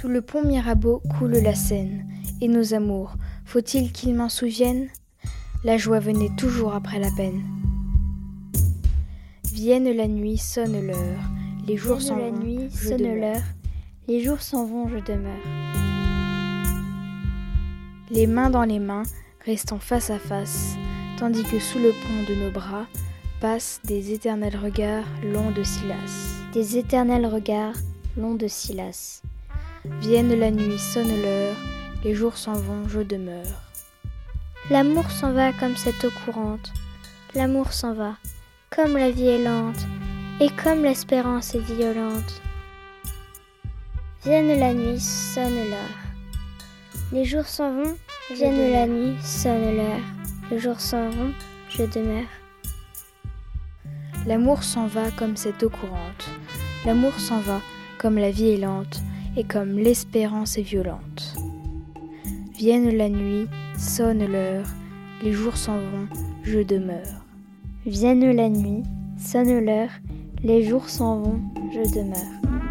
Sous le pont Mirabeau coule la Seine, et nos amours, faut-il qu'ils m'en souviennent ? La joie venait toujours après la peine. Vienne la nuit, sonne l'heure, les jours s'en vont, je demeure. Les jours s'en vont, je demeure. Les mains dans les mains, restant face à face, tandis que sous le pont de nos bras passent des éternels regards longs de Silas. Des éternels regards longs de Silas. Vienne la nuit, sonne l'heure, les jours s'en vont, je demeure. L'amour s'en va comme cette eau courante. L'amour s'en va, comme la vie est lente, et comme l'espérance est violente. Vienne la nuit, sonne l'heure. Les jours s'en vont, vienne la nuit, sonne l'heure. Les jours s'en vont, je demeure. L'amour s'en va comme cette eau courante. L'amour s'en va comme la vie est lente, et comme l'espérance est violente. Vienne la nuit, sonne l'heure, les jours s'en vont, je demeure. Vienne la nuit, sonne l'heure, les jours s'en vont, je demeure.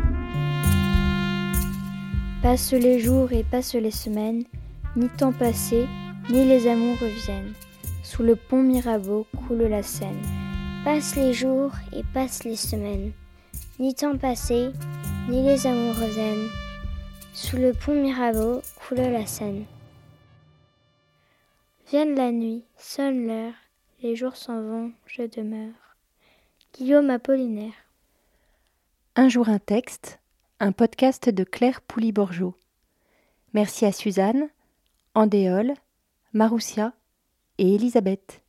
Passent les jours et passent les semaines, ni temps passé, ni les amours reviennent. Sous le pont Mirabeau coule la Seine. Passent les jours et passent les semaines, ni temps passé, ni les amours reviennent. Sous le pont Mirabeau coule la Seine. Vienne la nuit, sonne l'heure, les jours s'en vont, je demeure. Guillaume Apollinaire. Un jour un texte, un podcast de Claire Pouli-Borgeaud. Merci à Suzanne, Andéole, Maroussia et Elisabeth.